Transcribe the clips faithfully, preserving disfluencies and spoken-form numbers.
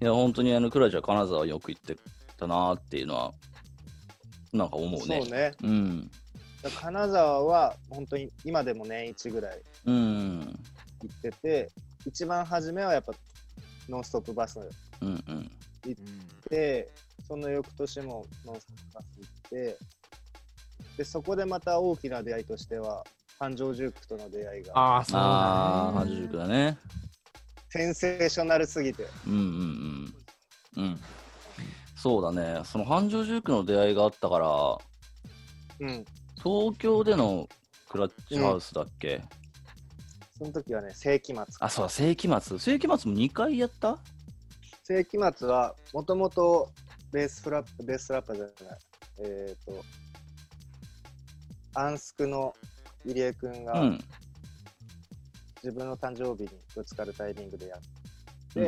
いや本当にあのクラチは金沢よく行ってたなーっていうのはなんか思うね。 そうね。 うん。 金沢は本当に今でも年一ぐらいうん行ってて、一番初めはやっぱノンストップバスうんうん行って、その翌年もノンストップバス行って、でそこでまた大きな出会いとしては繁盛塾との出会いが、 ああそうだね。 ああ繁盛塾だね。 センセーショナルすぎて、 うんうんうんうん。そうだね。その繁盛塾の出会いがあったから、 うん、 東京でのクラッチハウスだっけ、うん、 その時はね、世紀末。 あ、そうだ、世紀末。世紀末もにかいやった？ 世紀末はもともとベースフラップ、ベースフラッパーじゃない、えっ、ー、と、アンスクの入江くんが、うん、自分の誕生日にぶつかるタイミングでやって、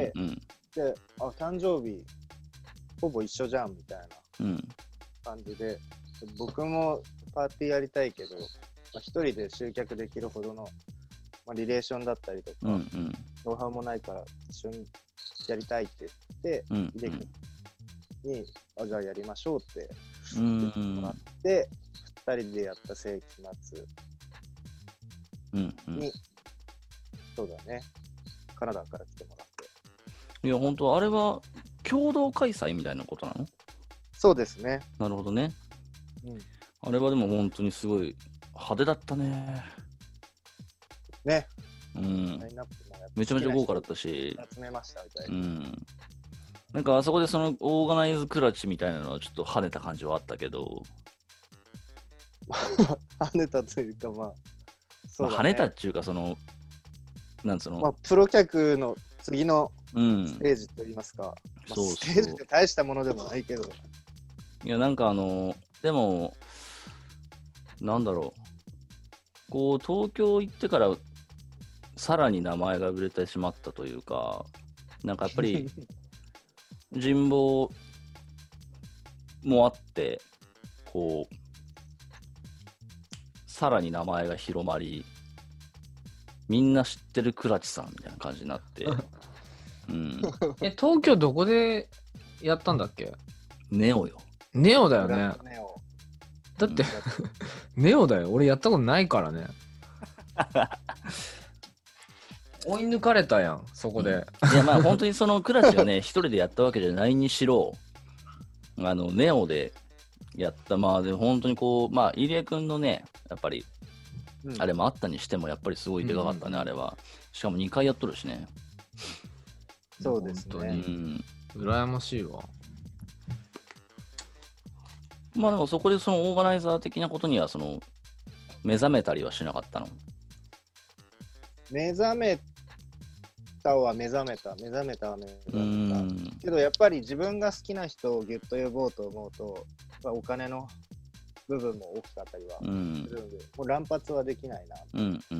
うんうん、で、あ、誕生日ほぼ一緒じゃんみたいな感じで、うん、僕もパーティーやりたいけど、まあ、一人で集客できるほどの、まあ、リレーションだったりとか、うんうん、ノウハウもないから一緒にやりたいって言って、うんうん、秀樹にあじゃあやりましょうって言ってもらって、ふたりでやった世紀末に、うんうん、そうだね、カナダから来てもらって。 いや本当あれは共同開催みたいなことなの？ そうですね。 なるほどね、うん、あれはでも本当にすごい派手だったね。 ね、 うん、めちゃめちゃ豪華だったし集めましたみたいな、 うん、なんかあそこでそのオーガナイズクラッチみたいなのはちょっと跳ねた感じはあったけど跳ねたというかまあそうだね、まあ、跳ねたっていうかそのなんつうの、 まあ、プロ客の次のステージといいますか、うんまあ、ステージって大したものでもないけど、 いやなんかあのでもなんだろう、こう東京行ってからさらに名前が売れてしまったというか、なんかやっぱり人望もあってこうさらに名前が広まり、みんな知ってるクラチさんみたいな感じになって、うん、 え東京どこでやったんだっけ？ ネオよ。 ネオだよね。ネオだって、うん、ネオだよ。俺やったことないからね。追い抜かれたやんそこで、 うん、いやまあ本当にそのクラチがね一人でやったわけじゃないにしろ、あのネオでやった、まあで本当にこうまあ入江くんのねやっぱり、うん、あれもあったにしてもやっぱりすごいでかかったね、うん、あれは。しかもにかいやっとるしね。 そうですね、 うん、羨ましいわ。 まあでもそこでそのオーガナイザー的なことにはその目覚めたりはしなかったの？ 目覚めたは目覚めた目覚めたは目覚めたけど、やっぱり自分が好きな人をギュッと呼ぼうと思うと、まあ、お金の部分も大きかったりはするので、うん、もう乱発はできないな、うんうんうん、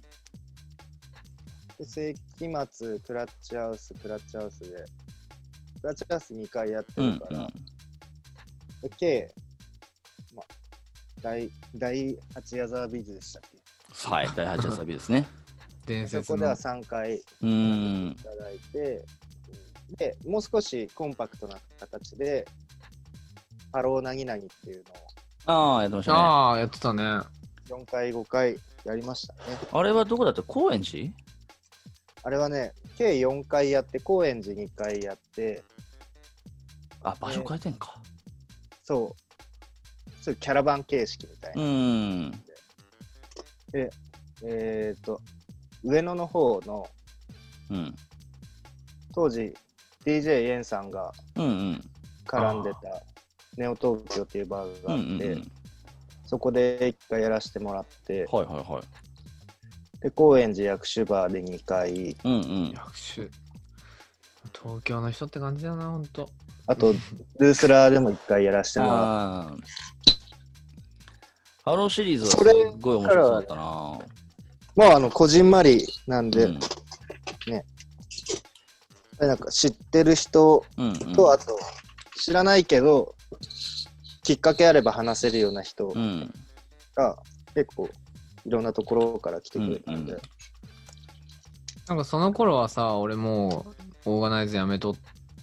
で世紀末クラッチハウスクラッチハウスでクラッチハウスにかいやってるから、うんうん、計、まあ、第第八ヤザービーズでしたっけ？ はい、第八ヤザービーズですね。 伝説のそこではさんかいいただいて、でもう少しコンパクトな形でハローなぎなぎっていうのをああやってましたね。 ああやってたね。 よんかいごかいやりましたね。 あれはどこだった？高円寺？ あれはね計よんかいやって高円寺にかいやって、 あ場所変えてんか。 そうそういうキャラバン形式みたいな。うんでえっ、ー、と上野の方の、うん、当時 ディージェー イエンさんが絡んでたネオ東京っていうバーがあって、うんうんうん、そこでいっかいやらせてもらって、 はいはいはい、 で高円寺薬種バーでにかい、 うんうん、薬種東京の人って感じだなほんと。 あとルースラーでもいっかいやらせてもらって、 ハローシリーズはすごい面白そうだったな。 まああのこじんまりなんで、うん、ね、なんか知ってる人と、うんうん、あと知らないけどきっかけあれば話せるような人が結構いろんなところから来てくれたんで、うんうん、 なんかその頃はさ俺もうオーガナイズやめとっ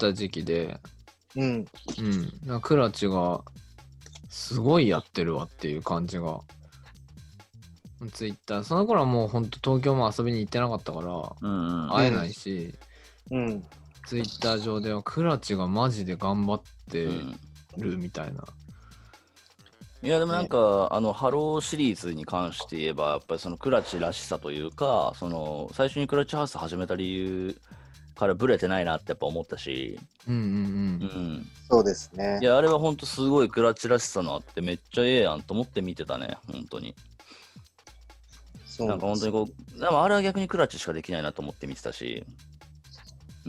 った時期で、 うん。 うん。なんかクラチがすごいやってるわっていう感じが。ツイッター、その頃はもうほんと東京も遊びに行ってなかったから、 うんうん。 会えないし、 うん。 ツイッター上ではクラチがマジで頑張ってうんるみたいな。 いやでもなんか、あのハローシリーズに関して言えばやっぱりそのクラチらしさというか、その最初にクラッチハウス始めた理由からブレてないなってやっぱ思ったし、 うんうんううん。 ん、 そうですねい。やあれはほんとすごいクラッチらしさのあってめっちゃええやんと思って見てたね、本当に。 そうなんか本当にこう、でもあれは逆にクラッチしかできないなと思って見てたし、うん、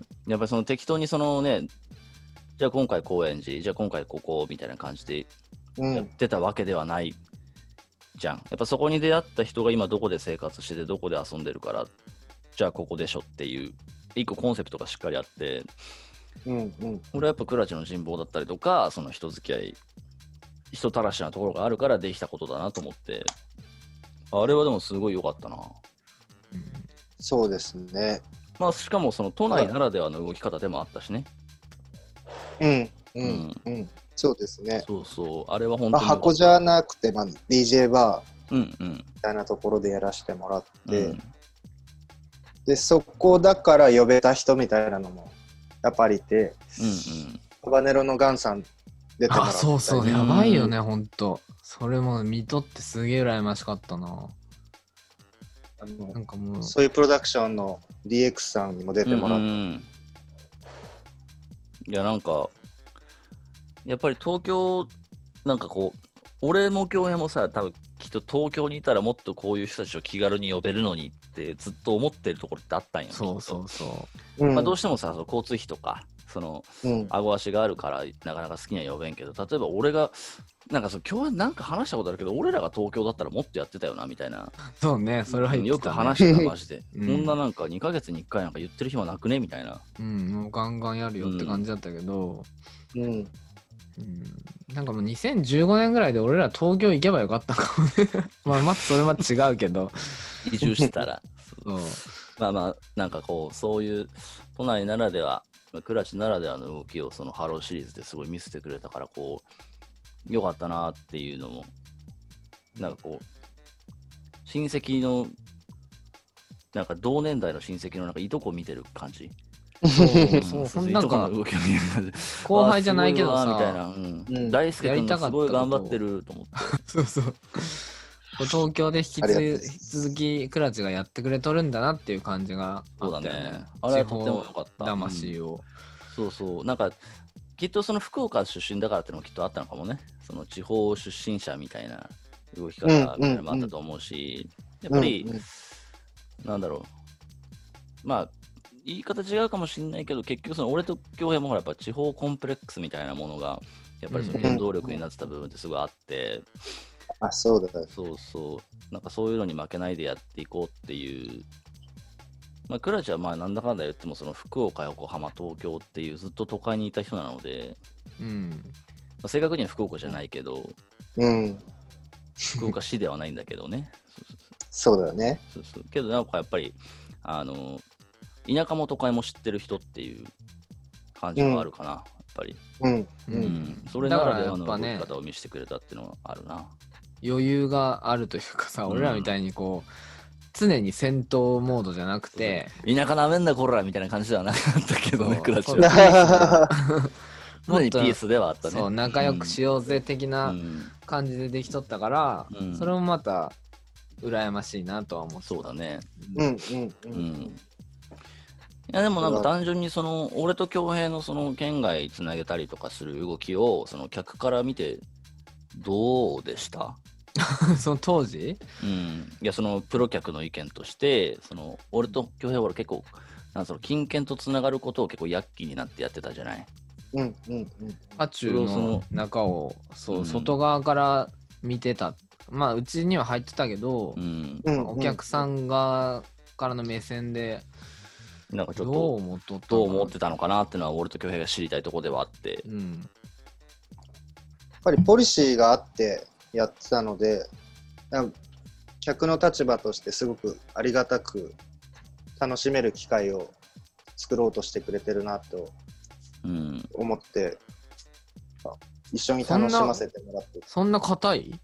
やっぱりその適当にそのね、じゃあ今回高円寺、じゃあ今回ここみたいな感じでやっうん。 てたわけではないじゃん。やっぱそこに出会った人が今どこで生活しててどこで遊んでるから、じゃあここでしょっていう、一個コンセプトがしっかりあって、 うん。うん。 俺はやっぱクラチの人望だったりとか、その人付き合い、人たらしなところがあるからできたことだなと思って、あれはでもすごい良かったな。 そうですね。 まあしかもその都内ならではの動き方でもあったしね。 うん。ううんん。うん。そうですね。 そうそう、あれは本まあ、 当に良かった。 箱じゃなくて、まあ、ディージェー バーうんうん。 みたいなところでやらせてもらって、 うんで、そこだから呼べた人みたいなのもやっぱりいて、 うんハバネロのガンさん出てもらあ、 ったりそうそう、 ねやばいよね、ほんと。それも見とってすげえ羨ましかったな。 あのなんかもう、 そういうプロダクションの ディーエックス さんにも出うん。 てもらって、 うんうんうんいやなんか、やっぱり東京、なんかこう、俺も京平もさ、多分きっと東京にいたらもっとこういう人たちを気軽に呼べるのにってずっと思ってるところってあったんよ。 そうきっとそうそうんまあ、どうしてもさ、その交通費とか、その、 うん顎足があるからなかなか好きには呼べんけど、例えば俺が、なんかその今日なんか話したことあるけど、俺らが東京だったらもっとやってたよなみたいな。 う。そうね、それは言ってよた、ね。 く話してた、マジで。 うんこんななんかにかげつにいっかいなんか言ってる暇なくねみたいな。 うん、もうガンガンやるよって感じだったけど、 うんうん、なんかもうにせんじゅうごねんぐらいで俺ら東京行けばよかったかもね。まあ、まずそれは違うけど。 移住してたら。 そう。 まあまあ、なんかこう、そういう都内ならでは、クラチならではの動きをそのハローシリーズですごい見せてくれたから、こう、よかったなっていうのも、なんかこう、親戚の、なんか同年代の親戚のなんかいとこ見てる感じ。 そううんそう、 そうほんなんかいとこの動きを見る感じ。 後輩じゃないけどあすごいわみたいさ、 な。うんうん大輔君がすごいやりたかったこと頑張ってると思って。 そうそう。東京で引きありがとうございます継ぎ引き続きクラチがやってくれとるんだなっていう感じがあったよね。 そうだねあれはとっても良かった地方魂を。 そうそう。なんか、きっとその福岡出身だからってのもきっとあったのかもね。その地方出身者みたいな動き方みたいなのもあったと思うし、やっぱり、 うんうんなんだろう。まあ、言い方違うかもしれないけど、結局その俺と京平もほらやっぱ地方コンプレックスみたいなものが、やっぱりその原動力になってた部分ってすごいあって、 あ、そうだ。 そうそう。なんかそういうのに負けないでやっていこうっていう。まあ、クラチはまあなんだかんだ言っても、その福岡、横浜、東京っていうずっと都会にいた人なので、 うん。 まあ、正確には福岡じゃないけど、 うん。 福岡市ではないんだけどね。 そうだよね。 そうそうそうけどなんかやっぱり、あの、田舎も都会も知ってる人っていう感じがあるかな、やっぱり。 うん。 ううんん。それなだかららではの動やっぱねき方を見せてくれたっていうのはあるな。 余裕があるというかさ、 うん俺らみたいにこう、常に戦闘モードじゃなくて、 田舎なめんなこらみたいな感じではなかったけどね、 そうクラチそうは。 もっと常にピースではあったね。 そう、仲良くしようぜ的うなん感じでできとったから、 うんそれもまた羨ましいなとは思ってた。 そうだね。 うん。うん。ううんん。いやでもなんか単純にその俺と恭平のその県外つなげたりとかする動きをその客から見てどうでした？ その当時うん。いやそのプロ客の意見としてその俺と恭平は俺結構なんその金券とつながることを結構躍起になってやってたじゃない。 うん。うん。 渦中の中をそう、 うん外側から見てた。まあうちには入ってたけどう、ん。 うん。 お客さん側からの目線でどうなんかちょっと思っとったどう思っててたのかなっていうのは俺と恭平が知りたいところではあって。 うん。 やっぱりポリシーがあってやってたので、なんか客の立場としてすごくありがたく楽しめる機会を作ろうとしてくれてるなとうん。 思って、一緒に楽しませてもらって。 そんな硬い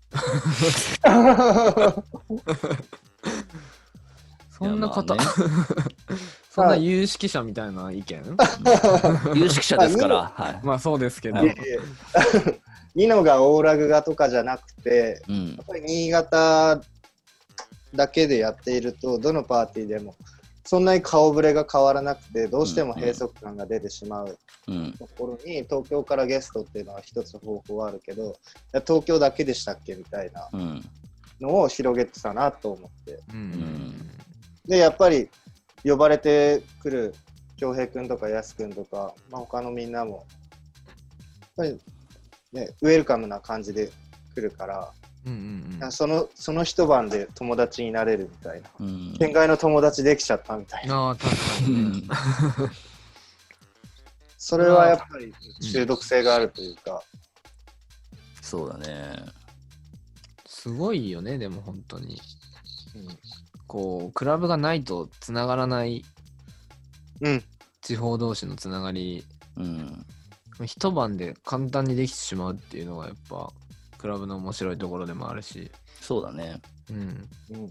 そんな硬い、 いやまそんな有識者みたいな意見有識者ですから。はい。 まあそうですけど。 はいいえいえニノがオーラグがとかじゃなくて、 うんやっぱり新潟だけでやっていると、どのパーティーでもそんなに顔ぶれが変わらなくて、どうしても閉塞感が出てしまううん。 ところに、東京からゲストっていうのは一つ方法はあるけど、いや東京だけでしたっけみたいなうん。 のを広げてたなと思って。 うんんで、やっぱり呼ばれてくる恭平君とかやす君とか、まあ、他のみんなも、やっぱりね、ウェルカムな感じで来るから、 うんうんうん、 そのその一晩で友達になれるみたいな、 うん。 県外の友達できちゃったみたいな、 ああ、確かうにね。 ん。 それはやっぱり中毒性があるというか、 そうだね。 すごいよね、でも本当に。こう、クラブがないとつながらないうん、 地方同士のつながり、 うん。 一晩で簡単にできてしまうっていうのがやっぱ、クラブの面白いところでもあるし。 そうだね。 うん。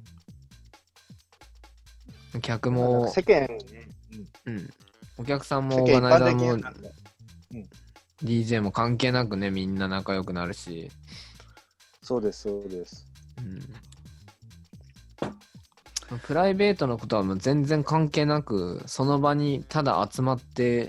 うん、 客も、 世間、うん、 うん。お客さんも世オーガナイザーも間一般的になんだディージェー も関係なくね、みんな仲良くなるし。 そうですそうです。 うん、プライベートのことはもう全然関係なく、その場にただ集まって、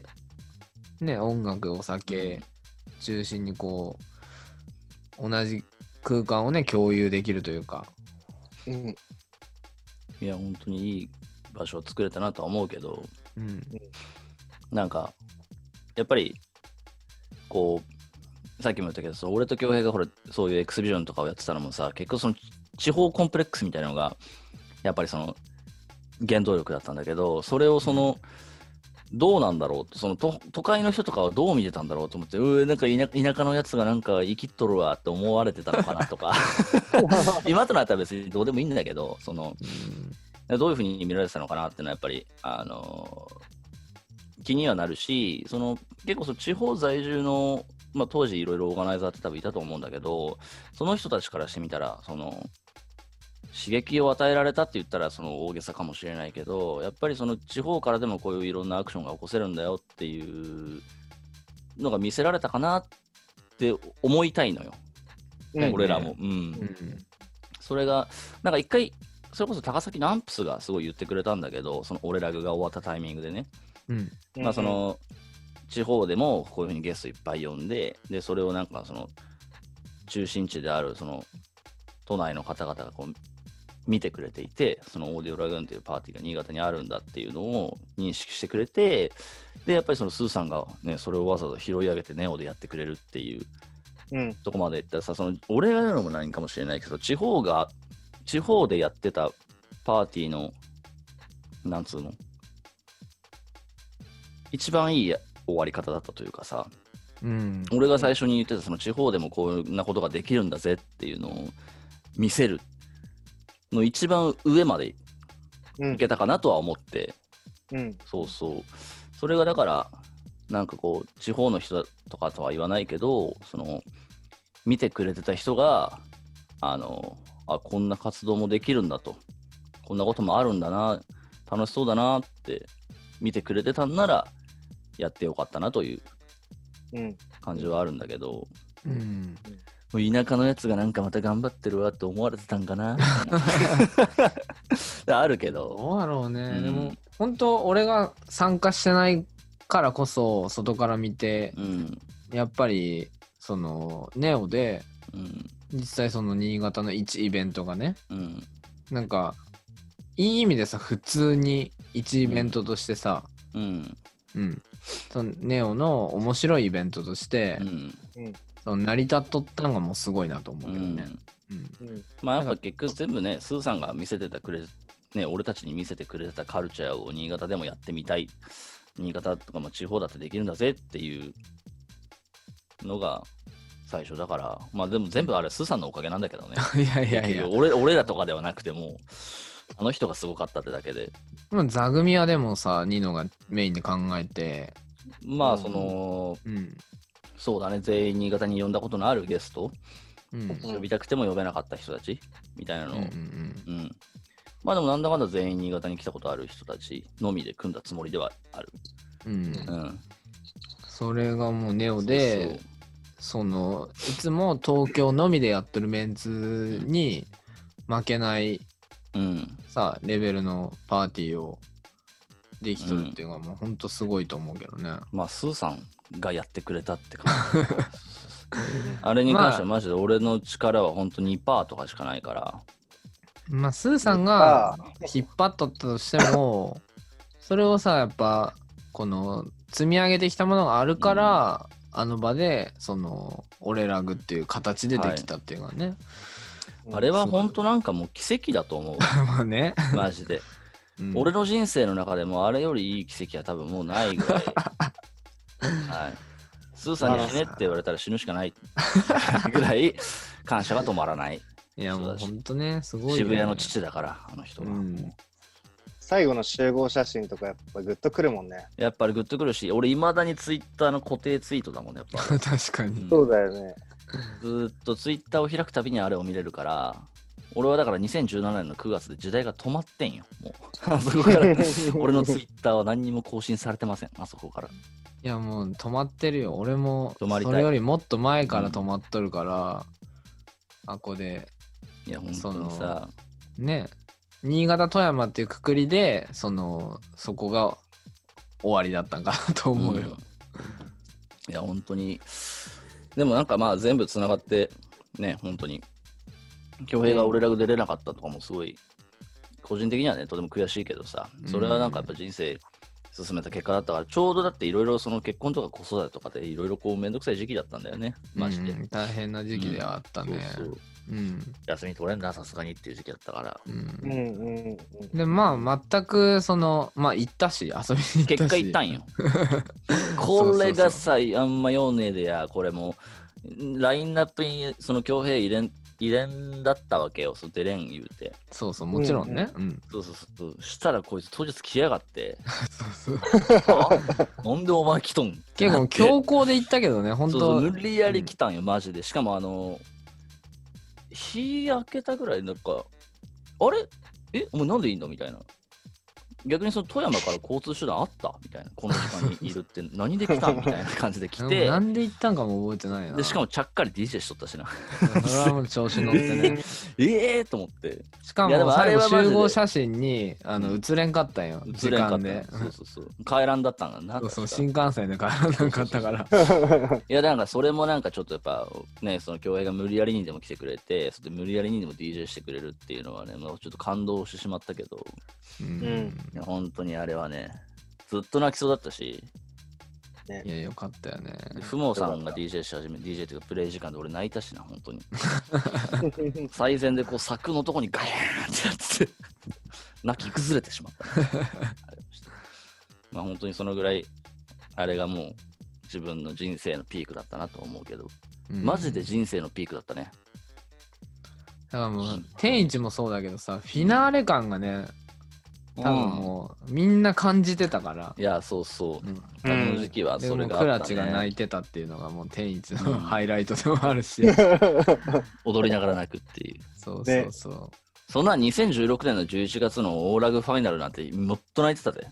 ね、音楽、お酒中心にこう、同じ空間をね、共有できるというか。 うん、 いや、本当にいい場所を作れたなとは思うけど、 うん。 なんか、やっぱり、こう、さっきも言ったけど、そう俺と恭平がほら、そういうエクスビジョンとかをやってたのもさ、結構その地方コンプレックスみたいなのが、やっぱりその原動力だったんだけど、それをその、どうなんだろうその都都会の人とかはどう見てたんだろうと思って、うーなんか田田舎のやつがなんか生きっとるわって思われてたのかなとか、今となったら別にどうでもいいんだけど、その、どういうふうに見られてたのかなっていうのはやっぱり、あのー、気にはなるし、その結構その地方在住の、まあ、当時いろいろオーガナイザーって多分いたと思うんだけど、その人たちからしてみたら、その刺激を与えられたって言ったらその大げさかもしれないけど、やっぱりその地方からでもこういういろんなアクションが起こせるんだよっていうのが見せられたかなって思いたいのよ、 うん、 俺らも。うんうんそれが、なんか一回、それこそ高崎のアンプスがすごい言ってくれたんだけど、その俺らが終わったタイミングでね、 うんうん、 まあその、地方でもこういうふうにゲストいっぱい呼んで、で、それをなんかその、中心地であるその、都内の方々がこう、見てくれていて、そのオーディオラグーンっていうパーティーが新潟にあるんだっていうのを認識してくれて、で、やっぱりそのスーさんがね、それをわざわざ拾い上げてネオでやってくれるっていう、 うん、 とこまでいったらさ、その俺がやるのもないかもしれないけど、地方が、地方でやってたパーティーの、なんつうの、一番いい終わり方だったというかさ、 うん俺が最初に言ってた、その地方でもこんなことができるんだぜっていうのを見せるの一番上までうんいけたかなとは思って、 うん、 そうそう。それがだから、なんかこう、地方の人とかとは言わないけど、その、見てくれてた人が、あの、あ、こんな活動もできるんだと、こんなこともあるんだな、楽しそうだなって見てくれてたんなら、やってよかったなといううん、 感じはあるんだけど、 うんもう田舎のやつがなんかまた頑張ってるわって思われてたんかなあるけど、 どうだろうね、 うんでも本当俺が参加してないからこそ外から見て、 うん、 やっぱりそのネオでうん、 実際その新潟の一イベントがね、 うん、 なんかいい意味でさ普通に一イベントとしてさ、 うん、 うん、そのネオの面白いイベントとして、 うん、 うん、 その成り立っとったのがもうすごいなと思うけどね。うんうん、 まあやっぱ結局全部ね、スーさんが見せてたくれ、ね、俺たちに見せてくれてたカルチャーを新潟でもやってみたい。新潟とかまあ地方だってできるんだぜっていうのが最初だから、まあでも全部あれスーさんのおかげなんだけどね。 いやいやいや結局俺俺らとかではなくても、あの人がすごかったってだけで。 まあ座組はでもさニノがメインで考えてまあその、 うん。 そうだね、全員新潟に呼んだことのあるゲスト、 うん。 うん呼びたくても呼べなかった人たちみたいなのを、 うん。ううんん。 まあでもなんだかんだ全員新潟に来たことある人たちのみで組んだつもりではある。 うん。 うん。 それがもうネオそうで、そのいつも東京のみでやってるメンツに負けないそううん。 さレベルのパーティーをできとるっていうのはもうほんとすごいと思うけどね。 まあ、スーさんがやってくれたって感じ。あれに関してはマジで俺の力は本当にパーセントとかしかないから。 まあスーさんが引っ張っとったとしてもそれをさやっぱこの積み上げてきたものがあるから、うん、あの場でそのオレラグっていう形でできたっていうのはね、はい、 あれは本当なんかもう奇跡だと思う。 まあねマジで、 うん、 俺の人生の中でもあれよりいい奇跡は多分もうないぐらい。はい。スーさんに死ねって言われたら死ぬしかないぐらい感謝が止まらない。 いやもうほんとねすごい、ね、 渋谷の父だからあの人は、うん、 最後の集合写真とかやっぱグッとくるもんね。 やっぱりグッとくるし、俺いまだにツイッターの固定ツイートだもんねやっぱ確かに、 うん、そうだよね。 ずっとツイッターを開くたびにあれを見れるから、俺はだからにせんじゅうななねんのくがつで時代が止まってんよもうあそこから俺のツイッターは何にも更新されてませんあそこから。 いやもう止まってるよ。俺も止まりたい。 それよりもっと前から止まっとるから、うん、あこでいや本当にさね新潟富山っていうくくりでそのそこが終わりだったんかなと思うよ、うん、 いや本当にでもなんかまあ全部つながってね本当に恭平が俺らが出れなかったとかもすごい個人的にはねとても悔しいけどさ、それはなんかやっぱ人生進めた結果だったから、ちょうどだっていろいろその結婚とか子育てとかでいろいろこうめんどくさい時期だったんだよねマジで、 うん、大変な時期ではあったね、 うん、そうそう、 うん、 休み取れんなさすがにっていう時期だったから、 うんうんうん、 でまあ全くそのまあ行ったし遊びに行ったし結果行ったんよこれがさあんま読んねえでやこれもラインナップにその恭平入れん入れんだったわけよ、出れん言うて。 そうそう、もちろんね。 うんうん、 そうそうそう。したらこいつ当日来やがって。 そうそうなんでお前来とん結構強行で行ったけどね、本当そうそう無理やり来たんよ、うん、マジで。しかもあの、日明けたぐらい、なんか、あれえお前なんでいいのみたいな。逆にその富山から交通手段あったみたいな、この時間にいるって何で来たんみたいな感じで来てなんで行ったんかも覚えてないな。 でしかもちゃっかり ディージェー しとったしなそれはもう調子乗ってねええーと思って、 しかも最後集合写真にあの映れんかったんよ、時間で。 そうそうそう帰らんだったんだな。 そうそう新幹線で帰らなかったからいやなんかそれもなんかちょっとやっぱねその恭平が無理やりにでも来てくれてそれで無理やりにでも ディージェー してくれるっていうのはねもうちょっと感動してしまったけど、 うん、 いや本当にあれはねずっと泣きそうだったし、 ね、いやよかったよね。 ふもさんが ディージェー し始め ディージェー というかプレイ時間で俺泣いたしな本当に最前でこう柵のとこにガヤーンってやってて泣き崩れてしまったまあ本当にそのぐらいあれがもう自分の人生のピークだったなと思うけど、うん、マジで人生のピークだったね。 だからもう天一もそうだけどさフィナーレ感がね多分もう、うん、みんな感じてたから。 いやそうそう、うん、あの時期はそれがあった、ね、 でもクラチが泣いてたっていうのがもう天一のハイライトでもあるし、 踊りながら泣くっていう。 そうそうそう。 そんなにせんじゅうろくねんのじゅういちがつのオーラグファイナルなんてもっと泣いてたで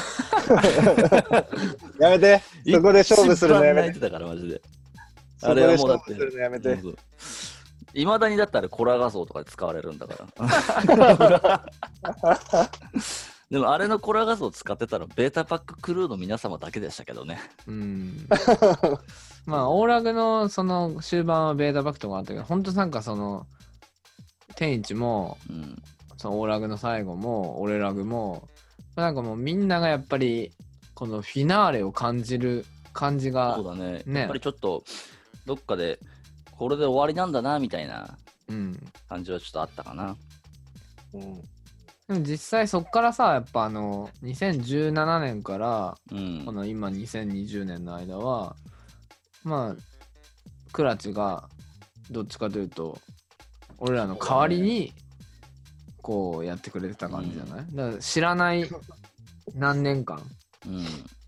やめてそこで勝負するのやめて。 泣いてたからマジで。 あれはもうだってやめて。 いまだにだったらコラ画像とかで使われるんだからでもあれのコラ画像使ってたらベータパッククルーの皆様だけでしたけどね。 うんまあオーラグのその終盤はベータパックとかあったけど本当なんかその天一も、うん、そのオーラグの最後もオレラグもなんかもうみんながやっぱりこのフィナーレを感じる感じがそうだね、ねやっぱりちょっとどっかでこれで終わりなんだなみたいな感じはちょっとあったかな、 うん、でも実際そっからさやっぱあのにせんじゅうななねんから、うん、この今にせんにじゅうねんの間はまあクラチがどっちかというと俺らの代わりにこうやってくれてた感じじゃない、うん、だから知らない何年間、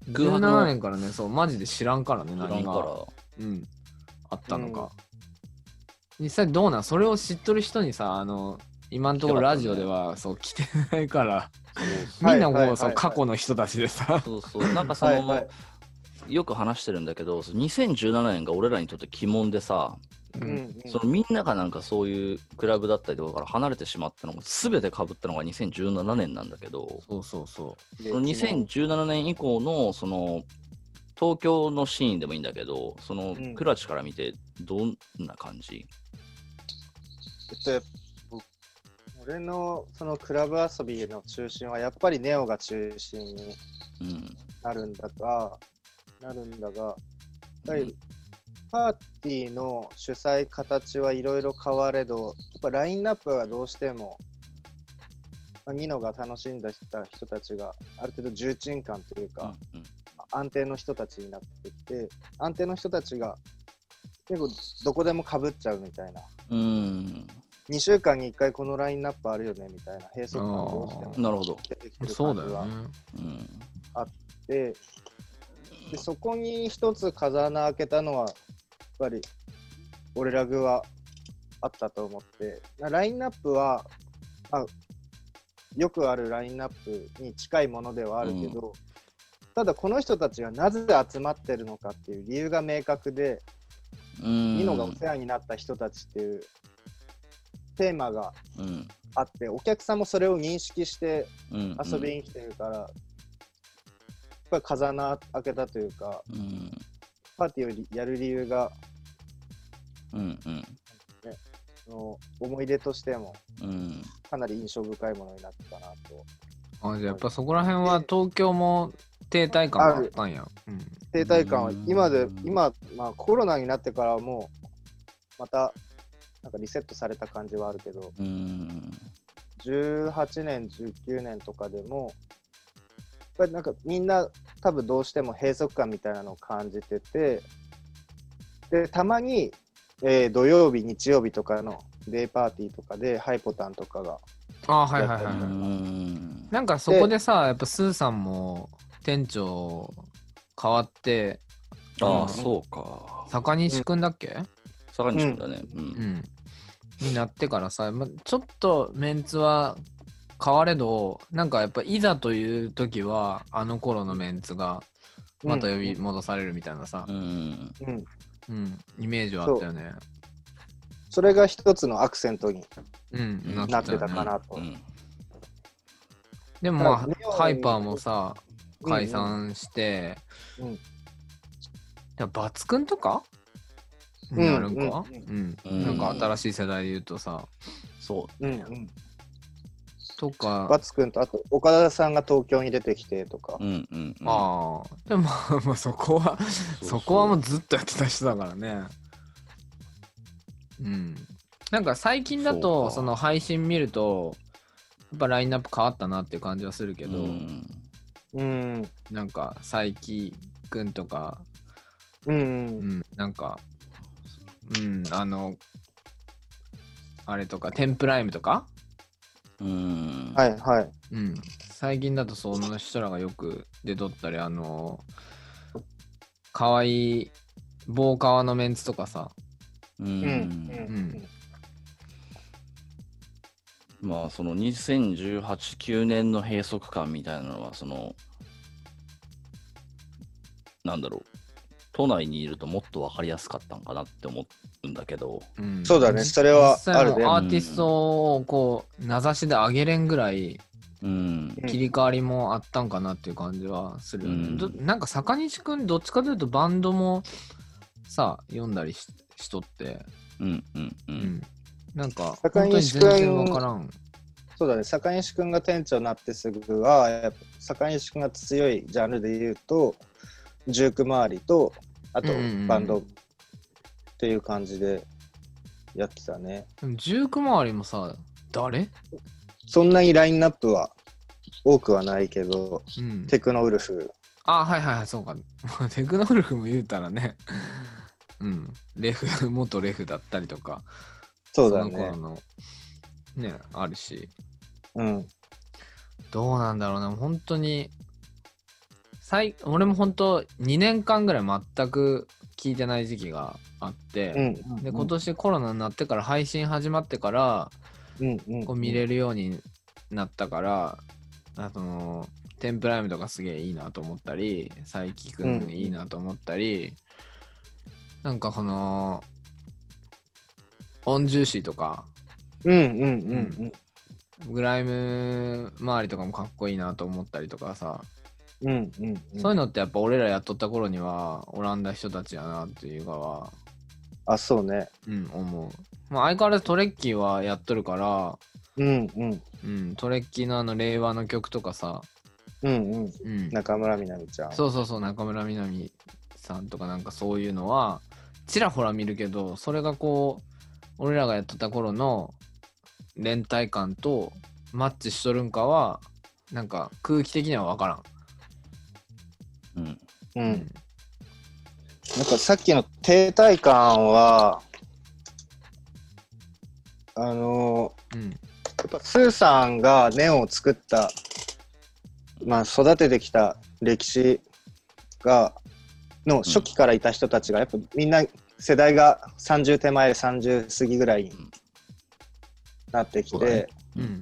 空白のじゅうななねんからね、そう、マジで知らんからね、 知らん何が、 から。 うん、あったのか。実際どうなんそれを知っとる人にさ、あの、今のところラジオでは、そう、来てないから、 そうみんなはいはいはいこう、そう、過去の人たちでさ、 そうそう。なんかその、 はいはいよく話してるんだけど、そのにせんじゅうななねんが俺らにとって鬼門でさ、 ううんんうんそのみんながなんかそういうクラブだったりとかから離れてしまったのが全て被ったのがにせんじゅうななねんなんだけど、 そうそうそでそのにせんじゅうななねん以降のその東京のシーンでもいいんだけど、そのうんクラチから見てどんな感じ？ えっと僕俺のそのクラブ遊びの中心はやっぱりネオが中心にうん。 なるんだが、なるんだが、やっぱうんりパーティーの主催形はいろいろ変われど、やっぱラインナップはどうしても、まあ、ニノが楽しんだ人たちがある程度重鎮感というか、 うん安定の人たちになってきて、安定の人たちが結構どこでもかぶっちゃうみたいな。 うん。うんにしゅうかんにいっかいこのラインナップあるよねみたいな閉塞感がどうしてもなるほど。 う。 出てきてるそう感じがだよね。 うん。 で、でそこに一つ風穴開けたのはやっぱり俺らグはあったと思って、ラインナップは、まあ、よくあるラインナップに近いものではあるけど、ただこの人たちがなぜ集まってるのかっていう理由が明確で、 うん。 ニノがお世話になった人たちっていうテーマがうん。 あって、お客さんもそれを認識してうん。 遊びに来てるから、やっぱり風穴開けたというか、 うん。 パーティーをやる理由が、 うん。うん。 その思い出としてもうん。 かなり印象深いものになったなと。 あ、じゃあやっぱそこら辺は東京も停滞感があったんや。うん。 停滞感はうん今で、今、まあコロナになってからはもう、また、なんかリセットされた感じはあるけど、 うん。 じゅうはちねん、じゅうきゅうねんとかでも、やっぱりなんかみんな多分どうしても閉塞感みたいなのを感じてて、で、たまに、えー土曜日、日曜日とかのデイパーティーとかでハイポタンとかが、 あ、はいはいはい、 うはい。 ん。 なんかそこでさ、やっぱスーさんも店長変わって、 ああ、 んそうか。 坂西くんだっけ、 坂西君だね。う。 うんん、になってからさ、ま、ちょっとメンツは変われど、なんかやっぱいざという時は、あの頃のメンツがまた呼び戻されるみたいなさう、ん。 うん、 うん、イメージはあったよね。 それが一つのアクセントにうん、 うんなってなってたよね。 たかなと。 うん。 でもまあだからネオ、 ハイパーもさ、 うん解散して、 うんいやバツくんとかうんになるんか、 うんうんうんなんか新しい世代で言うとさ、 そう。 うんうん、 とか、 バツ君とあと岡田さんが東京に出てきてとか、 うんうんうん。 ああ、でもまあまあそこはそうそこはもうずっとやってた人だからね。うん。なんか最近だそうとかその配信見るとやっぱラインナップ変わったなっていう感じはするけど、 うんうんなんか佐伯くんとか、 うんううんん、なんか、うん、あの、あれとか、テンプライムとか、 うん。 はいはいうん、最近だとその人らがよく出とったり、あの、かわいい棒革のメンツとかさ、 う。 うんうんんまあ、そのにせんじゅうはち、きゅうねんの閉塞感みたいなのは、その、なんだろう、都内にいるともっと分かりやすかったんかなって思うんだけど、 うん、 そうだねそれは実際あるねもうアーティストをこう名指しで上げれんぐらいうん。 切り替わりもあったんかなっていう感じはするよね。 うんどなんか坂西くんどっちかというとバンドもさ読んだり し, しとって、 うんうんう。 うんん、なんか坂本当に西くん全然わからん。 そうだね坂西君が店長になってすぐはやっぱ坂西君が強いジャンルで言うとジューク周りとあとうんうんうんバンドっていう感じでやってたね、 でもジューク周りもさ誰？ そんなにラインナップは多くはないけどうん。 テクノウルフあ、はいはいはい、そうか。テクノウルフも言うたらね、うん、レフ、元レフだったりとか、のそうだね頃の、ね、あるし、 うんどうなんだろうな、本当に、 最俺も本当にねんかんぐらい全く聞いてない時期があって、 うんで今年コロナになってから配信始まってからうんうんこう見れるようになったから、あのテンプライムとかすげえいいなと思ったり、佐伯くんいいなと思ったり、うん、なんかこのオンジューシーとか、 うんうんうんうん、グライム周りとかもかっこいいなと思ったりとかさ、 うんうんうんうん、 そういうのってやっぱ俺らやっとった頃にはオランダ人たちやなっていうかは、 あ、そうね。 うん、思う。まあ相変わらずトレッキーはやっとるから、 うんうんうん、トレッキーのあの令和の曲とかさ、 うんうん。 うん、 中村みなみちゃん。 そうそうそう、中村みなみさんとかなんかそういうのはちらほら見るけど、それがこう俺らがやっとった頃の連帯感とマッチしとるんかはなんか空気的には分からん。 うん。 う。 うんなんかさっきの停滞感は、あのうんー、やっぱスーさんがネオンを作った、まあ育ててきた歴史が、の初期からいた人たちが、やっぱみんな世代がさんじゅう手前、さんじゅう過ぎぐらいになってきて、 そうだねうん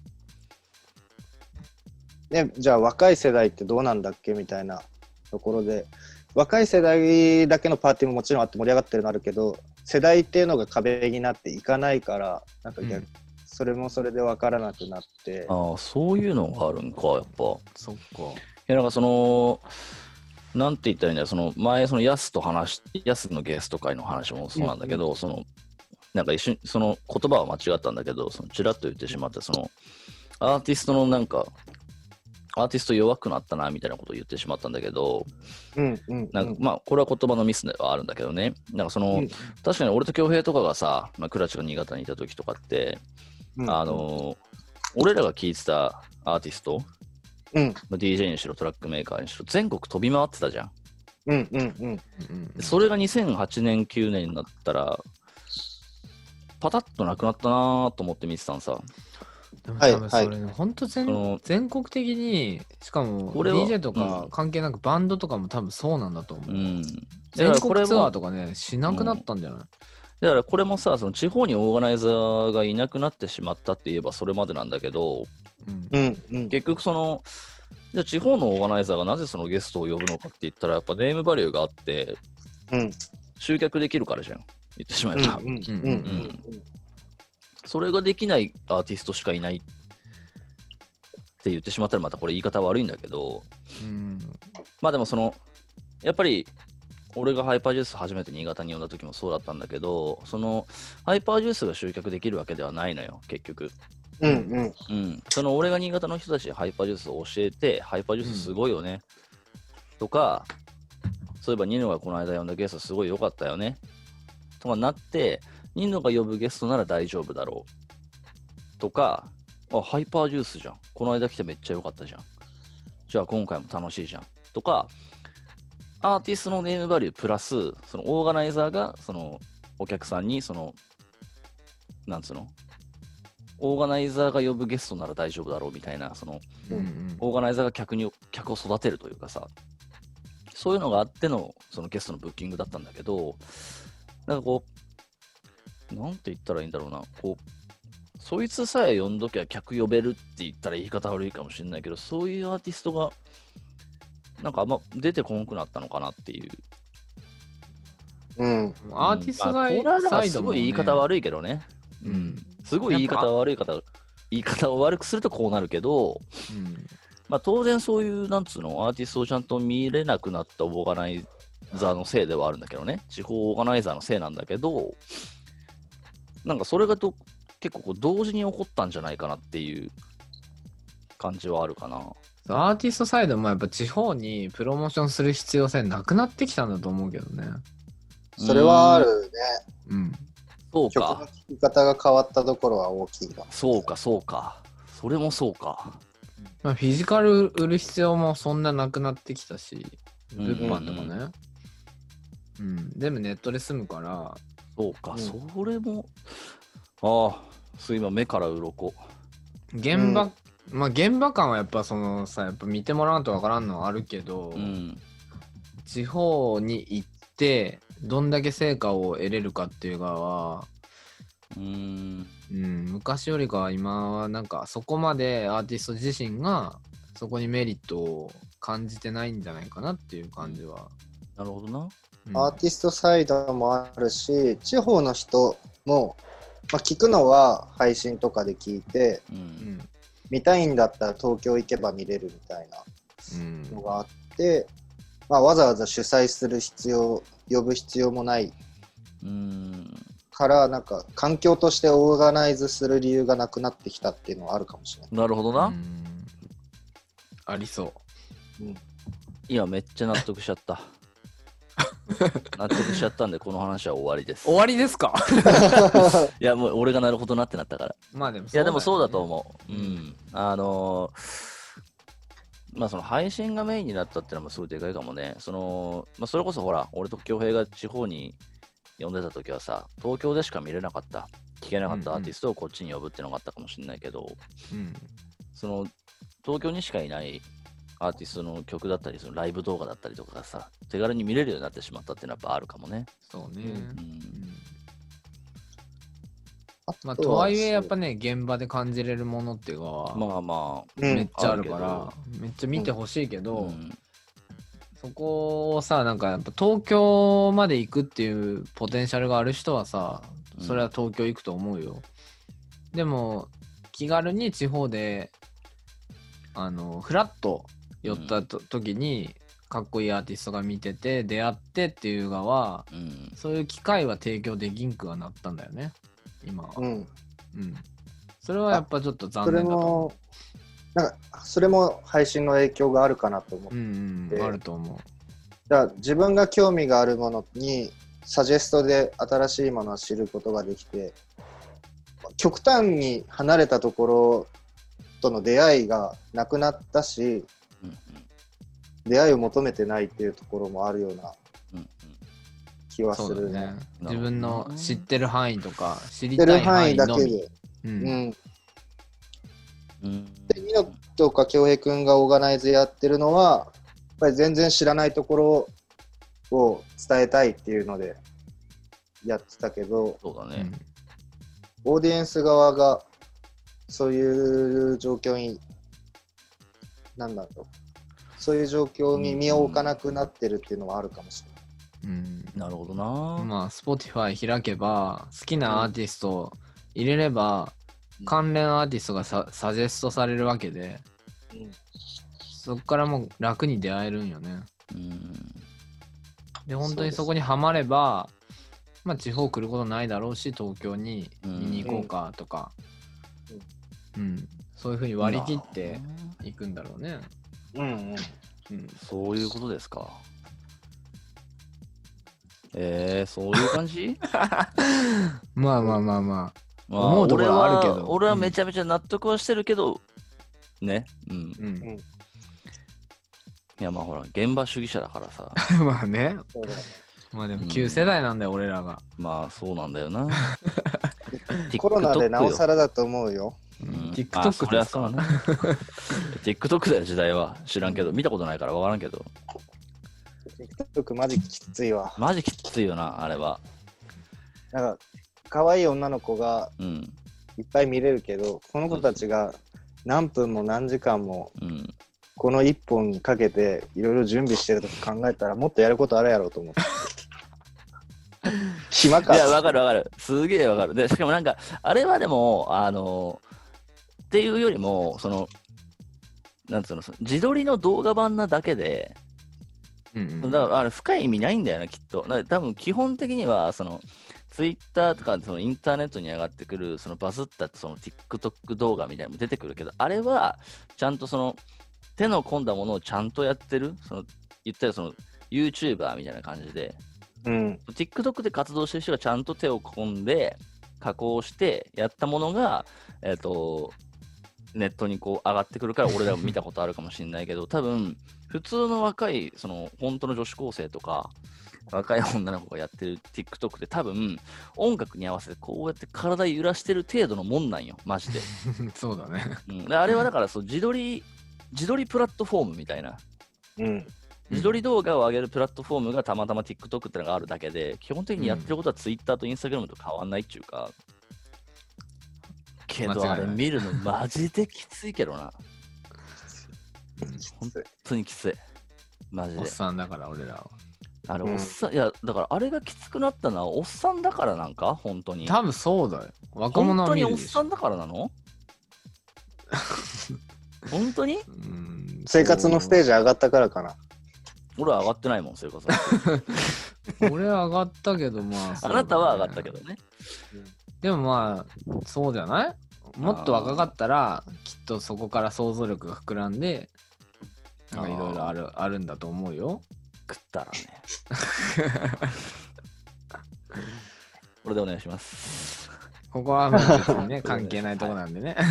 ね、じゃあ若い世代ってどうなんだっけみたいなところで、若い世代だけのパーティーももちろんあって盛り上がってるのあるけど、世代っていうのが壁になっていかないから、なんか逆、 うんそれもそれで分からなくなって。 ああ、そういうのがあるんか、やっぱ。 そっか。 いや、なんかその、なんて言ったらいいんだよ、その前、そのヤスと話し、ヤスのゲスト会の話もそうなんだけど、その、なんか一瞬、その言葉は間違ったんだけど、そのちらっと言ってしまって、その、アーティストのなんか、アーティスト弱くなったな、みたいなことを言ってしまったんだけど、 うんうんなんかまあ、これは言葉のミスではあるんだけどね、なんかその、 うん確かに俺と恭平とかがさ、まあ、クラチが新潟にいた時とかって、 うんあのー、俺らが聴いてたアーティスト、 うんまあ ディージェー にしろトラックメーカーにしろ全国飛び回ってたじゃん。 うんうんうんうんでそれがにせんはちねんきゅうねんになったらパタッとなくなったなーと思って見てたんさ。 でもはい多分それね、ほんと全その全国的に、しかもこれはディージェー とかうん関係なくバンドとかも多分そうなんだと思う。 うん。だ全からこれも国ツアーとかね、しなくなったんじゃない？ だからこれもさ、その地方にオーガナイザーがいなくなってしまったって言えばそれまでなんだけど、 うんうんうん結局そのじゃあ地方のオーガナイザーがなぜそのゲストを呼ぶのかって言ったらやっぱネームバリューがあってうん集客できるからじゃん。言ってしまえば。 うんうんうんうんそれができないアーティストしかいないって言ってしまったらまたこれ言い方悪いんだけど、 うんまあでもそのやっぱり俺がハイパージュース初めて新潟に呼んだ時もそうだったんだけど、そのハイパージュースが集客できるわけではないのよ結局。 うんうんうん、その俺が新潟の人たちにハイパージュースを教えて、ハイパージュースすごいよね、うん、とか、そういえばニノがこの間呼んだゲストすごい良かったよねとかなって、ニノが呼ぶゲストなら大丈夫だろうとか、あ、ハイパージュースじゃん、この間来てめっちゃ良かったじゃん、じゃあ今回も楽しいじゃんとか、アーティストのネームバリュープラス、そのオーガナイザーがそのお客さんにその、なんつうのオーガナイザーが呼ぶゲストなら大丈夫だろうみたいな、その、 うんうんオーガナイザーが客に客を育てるというかさ、そういうのがあってのそのゲストのブッキングだったんだけど、なんかこう、なんて言ったらいいんだろうな、こう、そいつさえ呼んどきゃ客呼べるって言ったら言い方悪いかもしれないけど、そういうアーティストが、なんかあんま出てこんくなったのかなっていう。 うんアーティストまあ、これはだからすサイドもねごい言い方悪いけどね。 ううんん。すごい言い方悪い方、言い方を悪くするとこうなるけど、 うんまあ当然そういう、なんつうの、アーティストをちゃんと見れなくなったオーガナイザーのせいではあるんだけどね。地方オーガナイザーのせいなんだけど、なんかそれがと結構こう同時に起こったんじゃないかなっていう感じはあるかな。 アーティストサイドもやっぱ地方にプロモーションする必要性なくなってきたんだと思うけどね。 それはあるね。 うん。 そう曲のか。 聴き方が変わったところは大きいかも。 そうか、そうか。それもそうか。 まあ、フィジカル売る必要もそんななくなってきたし、 うん物販とかね。うん。全部ネットで済むから、 そうか、 うんそれも、ああ、そう今目から鱗。 現場まあ現場感はやっぱそのさ、やっぱ見てもらわんとわからんのはあるけど、 うん。 地方に行ってどんだけ成果を得れるかっていう側は、 うーん。 うん、昔よりかは今はなんかそこまでアーティスト自身がそこにメリットを感じてないんじゃないかなっていう感じは。 なるほどな。 うん、 アーティストサイドもあるし、地方の人も、まあ、聞くのは配信とかで聞いて、 う。 うんん見たいんだったら東京行けば見れるみたいうんなのがあって、まあ、わざわざ主催する必要、呼ぶ必要もないうーん。 から、なんか環境としてオーガナイズする理由がなくなってきたっていうのはあるかもしれない。 なるほどな。 うんありそう。 うん、 今めっちゃ納得しちゃった。納得しちゃったんで、この話は終わりです。 終わりですか？ いや、もう俺がなるほどなってなったから。 まあでもいや、でもそうだとう思う。うん。あのーまあその配信がメインになったってのもすごいでかいかもね。その、まあそれこそほら、俺と恭平が地方に呼んでた時はさ、東京でしか見れなかった、聞けなかったアーティストをこっちに呼ぶっていうのがあったかもしれないけど、 うんその、東京にしかいないアーティストの曲だったり、そのライブ動画だったりとかがさ、手軽に見れるようになってしまったっていうのはやっぱあるかもね。 そうね、 うんうん。 あまあとはいえやっぱね現場で感じれるものっていうかはまあまあ、 うんめっちゃあるかあら、めっちゃ見てほしいけど、 うんそこをさなんかやっぱ東京まで行くっていうポテンシャルがある人はさそれは東京行くと思うよ、でも気軽に地方であのフラッと寄ったと、時にかっこいいアーティストが見てて出会ってっていう側はうん。 そういう機会は提供できんくはなったんだよね今は、 うん、 うん、それはやっぱちょっと残それ念だと思もなんかそれも配信の影響があるかなと思う。うんでうん、あると思う。 だから自分が興味があるものにサジェストで新しいものを知ることができて、極端に離れたところとの出会いがなくなったし、 うん出会いを求めてないっていうところもあるようなうんうん気はすそうだるね。 ね。 なるほどね自分の知ってる範囲とか知り知ってるたい範範囲だ囲のみ。 けで、 ううんん。 うんで、ミノとか京平くんがオーガナイズやってるのは、やっぱり全然知らないところを伝えたいっていうのでやってたけど、 そうだね。 うんオーディエンス側がそういう状況に、なんだろう、そういう状況に身を置かなくなってるっていうのはあるかもしれない。 うんなるほどな。 まあ Spotify 開けば好きなアーティスト入れればうん関連アーティストがササジェストされるわけで、 うんそこからもう楽に出会えるんよね。 うんで本当にそこにはまれば、まあ地方来ることないだろうし東京に見に行こうかとか、うんそういうふうに割り切っていくんだろうね。 うんうん。 うん、 そういうことですか。えー、そういう感じまあまあまあまあ。 まあ思うところはあるけど俺は俺はめちゃめちゃ納得はしてるけど、ね。うん。 うん、 いやまあほら、現場主義者だからさ。 まあね。 そうだね。 まあでも旧世代なんだよ、俺らが。 まあそうなんだよな。 コロナでなおさら、 らだと思うよ。 うん、 TikTok あそりゃですかそうね。TikTok だよ、時代は。知らんけど、見たことないから分からんけど。 TikTok マジきついわ。 マジきついよな、あれは。 なんか、可愛い女の子がうん。 いっぱい見れるけど、この子たちが何分も何時間もうん。 このいっぽんにかけていろいろ準備してるとか考えたらもっとやることあるやろうと思って。暇か。 いや、わかるわかる。すげえわかる。で、しかもなんか、あれはでも、あの、っていうよりも、その、なんつうの、その自撮りの動画版なだけで、 うんだからあれ深い意味ないんだよな、きっと。だから多分基本的には、その、ツイッターとかそのインターネットに上がってくる、そのバズったその TikTok 動画みたいなのも出てくるけど、あれは、ちゃんとその、手の込んだものをちゃんとやってる、その、言ったらその、YouTuber みたいな感じで、 うん。 TikTok で活動してる人がちゃんと手を込んで、加工してやったものが、えっ、と、ネットにこう上がってくるから俺らも見たことあるかもしれないけど、多分普通の若いその本当の女子高生とか若い女の子がやってる TikTok って多分音楽に合わせてこうやって体揺らしてる程度のもんなんよマジで、 そうだね。 うん、であれはだからそう自撮り自撮りプラットフォームみたいな、 うん。 自撮り動画を上げるプラットフォームがたまたま TikTok ってのがあるだけで、基本的にやってることは Twitter と Instagram と変わんないっていうか、けどあれ見るのマジできついけどな。本当にきつい。マジで。 おっさんだから俺らは。 あれ、 うんおっさん、いや、だからあれがきつくなったのはおっさんだからなんか本当に。 多分そうだよ。若者本当には見るでしょ。 おっさんだからなの本当にうん生活のステージ。 ジ上がったからかな。 俺は上がってないもん、生活は。 俺は上がったけど、まあ、 あなたは上がったけどね。 でもまあ、そうじゃないもっと若かったら、きっとそこから想像力が膨らんで、なんかいろいろあるあるんだと思うよ。 食ったらね。これでお願いします。 ここはもう別にね、関係ないとこなんでね。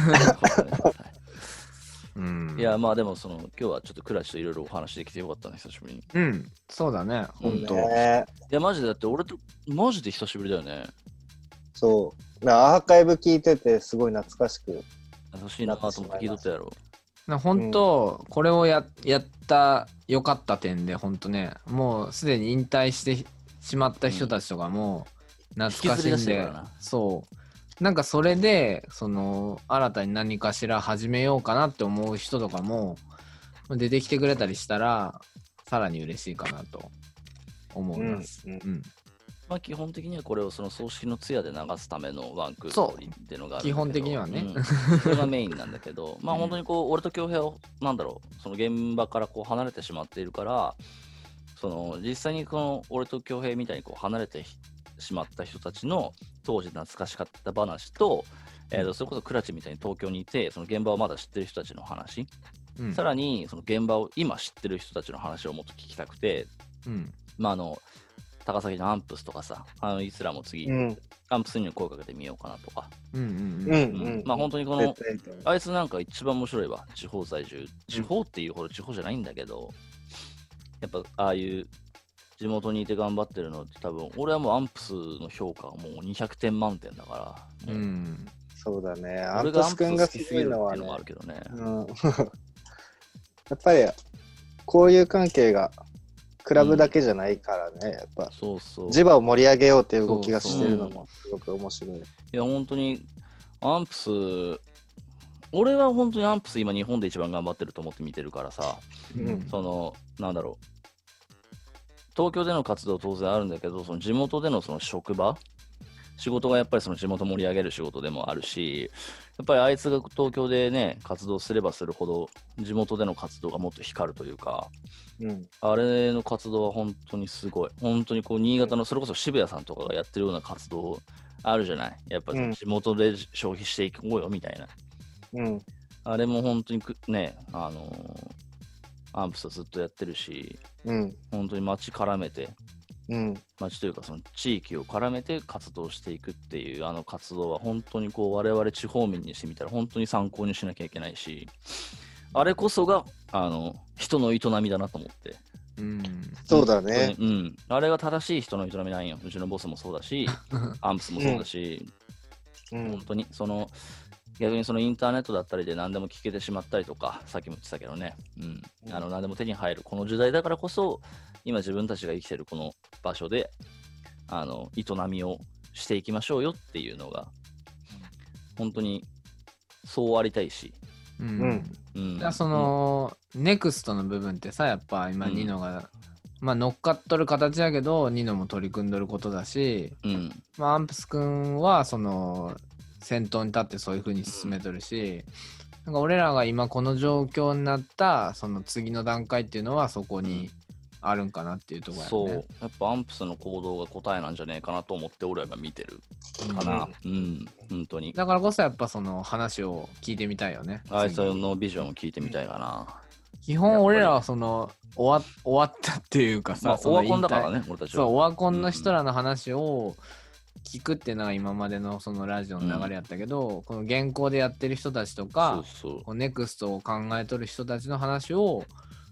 うん。 いや、まあでも、その、今日はちょっとクラチといろいろお話できてよかったね、久しぶりに。いうん、そうだね、ほんと。 ねや、マジで、だって俺と、マジで久しぶりだよね。 そう。だからアーカイブ聞いてて、すごい懐かしく。 優しいなと思って聞いとったやろ。 なほんと、これをややった良かった点で、ほんとね、もうすでに引退してしまった人たちとかも懐かし引きずり出んで、 してるからなそう。なんかそれで、その、新たに何かしら始めようかなって思う人とかも出てきてくれたりしたら、さらに嬉しいかなと思います。 うんうん。 まあ、基本的にはこれをその葬式の通夜で流すためのワンクーストーリーっていうのがあるんだけど、 基本的にはねうんそれがメインなんだけど、まあ本当にこう、俺と恭平は、なんだろう、その現場からこう離れてしまっているから、その実際にこの俺と恭平みたいにこう離れてしまった人たちの当時懐かしかった話と、えーとそれこそクラチみたいに東京にいて、その現場をまだ知ってる人たちの話、 うん。 さらにその現場を今知ってる人たちの話をもっと聞きたくて、 うん。 まああの、高崎のアンプスとかさ、あのいつらも次、 うん。 アンプスに声かけてみようかなとか、 うん。うん。 ううん。 ん。うん。 まあ本当にこの絶対いいと思うあいつなんか一番面白いわ、地方在住。地方っていうほど地方じゃないんだけど、やっぱああいう地元にいて頑張ってるのって多分、俺はもうアンプスの評価はもうにひゃくてん満点だから、 う。 もうんそうだね。アン俺がアンププス君がス好きすすごいのはねぎるっていうのもあるけどね。 うん、やっぱりこういう関係がクラブだけじゃないからね、やっぱそうそう。 地場を盛り上げようっていう動きがしてるのもすごく面白い。 いや、本当に、アンプス、俺は本当にアンプス今日本で一番頑張ってると思って見てるからさ、 うんその、なんだろう。東京での活動当然あるんだけど、その地元でのその職場、仕事がやっぱりその地元盛り上げる仕事でもあるし、やっぱりあいつが東京でね、活動すればするほど、地元での活動がもっと光るというか、 うん。 あれの活動は本当にすごい。本当にこう、新潟の、それこそ渋谷さんとかがやってるような活動あるじゃない。やっぱうん地元で消費していこうよみたいな。 うん。 あれも本当にくね、あのーアンプスはずっとやってるし、 うん。 本当に街絡めて、 うん。 街というかその地域を絡めて活動していくっていうあの活動は本当にこう我々地方民にしてみたら本当に参考にしなきゃいけないし、あれこそがあの人の営みだなと思って。 うん。 そうだね。 うん。あれが正しい人の営みなんよ。うちのボスもそうだし、アンプスもそうだし、 うん本。当にその逆にそのインターネットだったりで何でも聞けてしまったりとか、さっきも言ってたけどね、うん、 うんあの何でも手に入るこの時代だからこそ、今自分たちが生きてるこの場所で、あの営みをしていきましょうよっていうのが、本当にそうありたいし、 ううんん。 うん、 だからその、ネクストの部分ってさ、やっぱ今うんニノが、まあ乗っかっとる形やけど、ニノも取り組んどることだし、 うん、うん、 まあアンプス君はその先頭に立ってそういう風に進めとるし、なんか俺らが今この状況になったその次の段階っていうのはそこにあるんかなっていうところそう、 やね。 やっぱアンプスの行動が答えなんじゃねえかなと思って、俺は今見てるかな、うん、本当に。 だからこそやっぱその話を聞いてみたいよね。 あいつ次のビジョンを聞いてみたいかな。 基本俺らはその終わ終わったっていうかさ、 まあ、 そのオワコンだから引退ね、俺たちは。 そう、オワコンの人らの話を聞くっていうのが今までのそのラジオの流れやったけど、この現行でやってる人たちとか、 そうそう。 こうネクストを考えとる人たちの話を、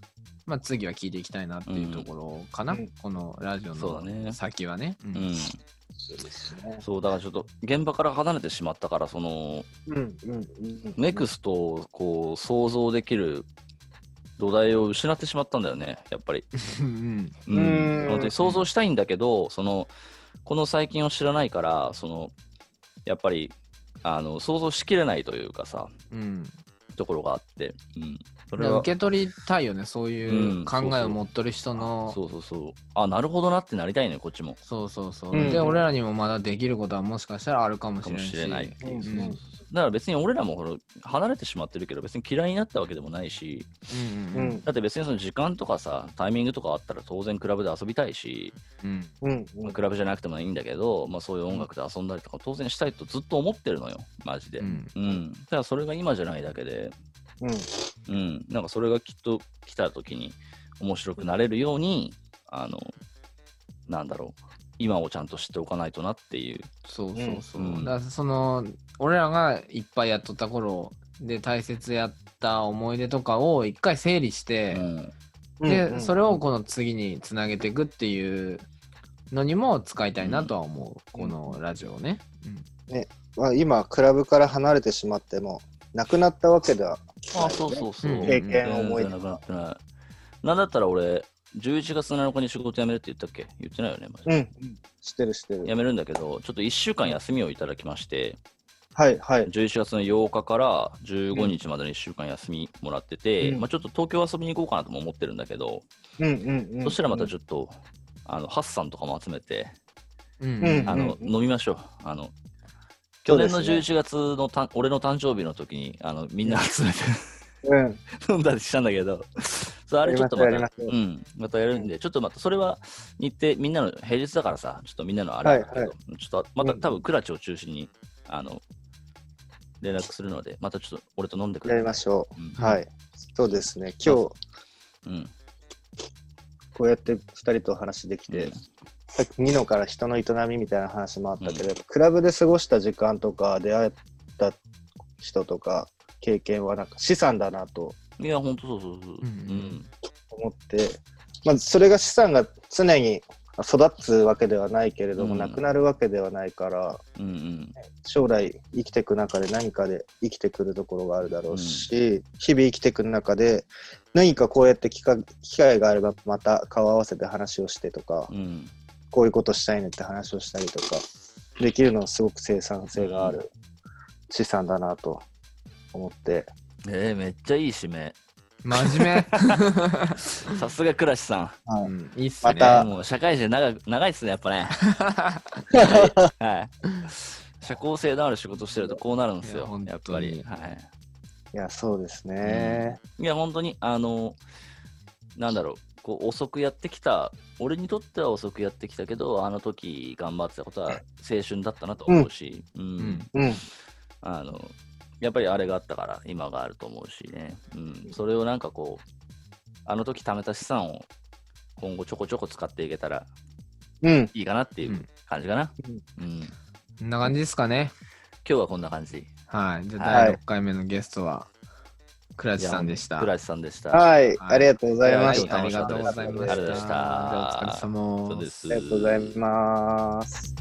まあ次は聞いていきたいなっていうところかな、 うんこのラジオそうだねの先はね。うんうん。 そうですね。 そう、だからちょっと現場から離れてしまったから、その、 うんうんうん。 ネクストをこう想像できる土台を失ってしまったんだよね、やっぱり。 うんうんうーん本当に想像したいんだけど、その、この最近を知らないから、その、やっぱり、あの、想像しきれないというかさ、 うんところがあって、うん。それでは、 受け取りたいよね、そういう考えを持っとる人の、 そうそうそう。あ、なるほどなってなりたいね、こっちも。 そうそうそう。 うんで、俺らにもまだできることはもしかしたらあるかもしかもれんし。 しれないっていう。 うんそうそうそうだから別に俺らもほら離れてしまってるけど、別に嫌いになったわけでもないし、 うんうんうんだって別にその時間とかさ、タイミングとかあったら当然クラブで遊びたいし、 うんうんまあクラブじゃなくてもいいんだけど、まあそういう音楽で遊んだりとか当然したいとずっと思ってるのよ、マジで。 ううんん。ただそれが今じゃないだけで、 うんうん。なんかそれがきっと来た時に面白くなれるように、あの、なんだろう、今をちゃんと知っておかないとなっていう。 そうそうそう。 うんだからその俺らがいっぱいやっとった頃で大切やった思い出とかを一回整理して、 うん。 で、 うんそれをこの次につなげていくっていうのにも使いたいなとは思う、このラジオをね。 まあ、今クラブから離れてしまってもなくなったわけではあ、そうそうそう。 うん経験思い出全然なくなってない。なんだったら俺、じゅういちがつなのかに仕事辞めるって言ったっけ言ってないよね。マジでうん知ってる知ってる辞めるんだけど、ちょっといっしゅうかん休みをいただきまして、 はいはいじゅういちがつのようかからじゅうごにちまでのいっしゅうかん休みもらってて、 うんまあちょっと東京遊びに行こうかなとも思ってるんだけど、 うんうんうんそしたらまたちょっと、あの、ハッサンとかも集めて、 うんうんあの、 うん飲みましょう。あの、 そ去年うですねのじゅういちがつのた俺の誕生日の時に、あの、みんな集めて、 うん飲んだりしたんだけど、そうあれちょっとまた、 やりましょうやりうん、またやるんで、ちょっとまた、それは日程、みんなの平日だからさ、ちょっとみんなのあれなんだけど、 はいはちょっとまたうん多分、クラチを中心に、あの、連絡するので、またちょっと俺と飲んでくれやりましょうんうはいそうですね今日うん。 こうやってふたりと話できて、 うんさっきニノから人の営みみたいな話もあったけど、クラブで過ごした時間とか出会った人とか経験はなんか資産だなといや、ほんとそうそうそう。 ううんん。 思って、まあ、それが資産が常に育つわけではないけれども、 うんなくなるわけではないからうんうん。 将来生きていく中で何かで生きてくるところがあるだろうし、日々生きていく中で何かこうやって機会機会があればまた顔合わせて話をしてとか、 うん。 こういうことしたいねって話をしたりとかできるのはすごく生産性がある資産だなと思って、 えー、めっちゃいい締め。 真面さすが倉石さん。 目。 はいうんいいっすね。 またもう社会人長く長いっすね、やっぱね。はい。はい社交性のある仕事してるとこうなるんですよいや本、当にやっぱり。はい。 いやそうですね、 いや、本当に、あの、なんだろう、こう遅くやってきた、俺にとっては遅くやってきたけど、あの時頑張ってたことは青春だったなと思うし、うん、 うんうんあの、やっぱりあれがあったから今があると思うしね、うん、それをなんかこう、あの時貯めた資産を今後ちょこちょこ使っていけたらうんいいかなっていう感じかな。 うんうん、今こんな感じですかね。 日はこんな感じ。 はい。じゃあはいだいろっかいめのゲストは、倉地さんでした。 倉地さんでした。 はい、 はいありがとうございまはいした。 ありがとうございました。 ありがとうございましたじゃあお疲れ様ありがとうございます。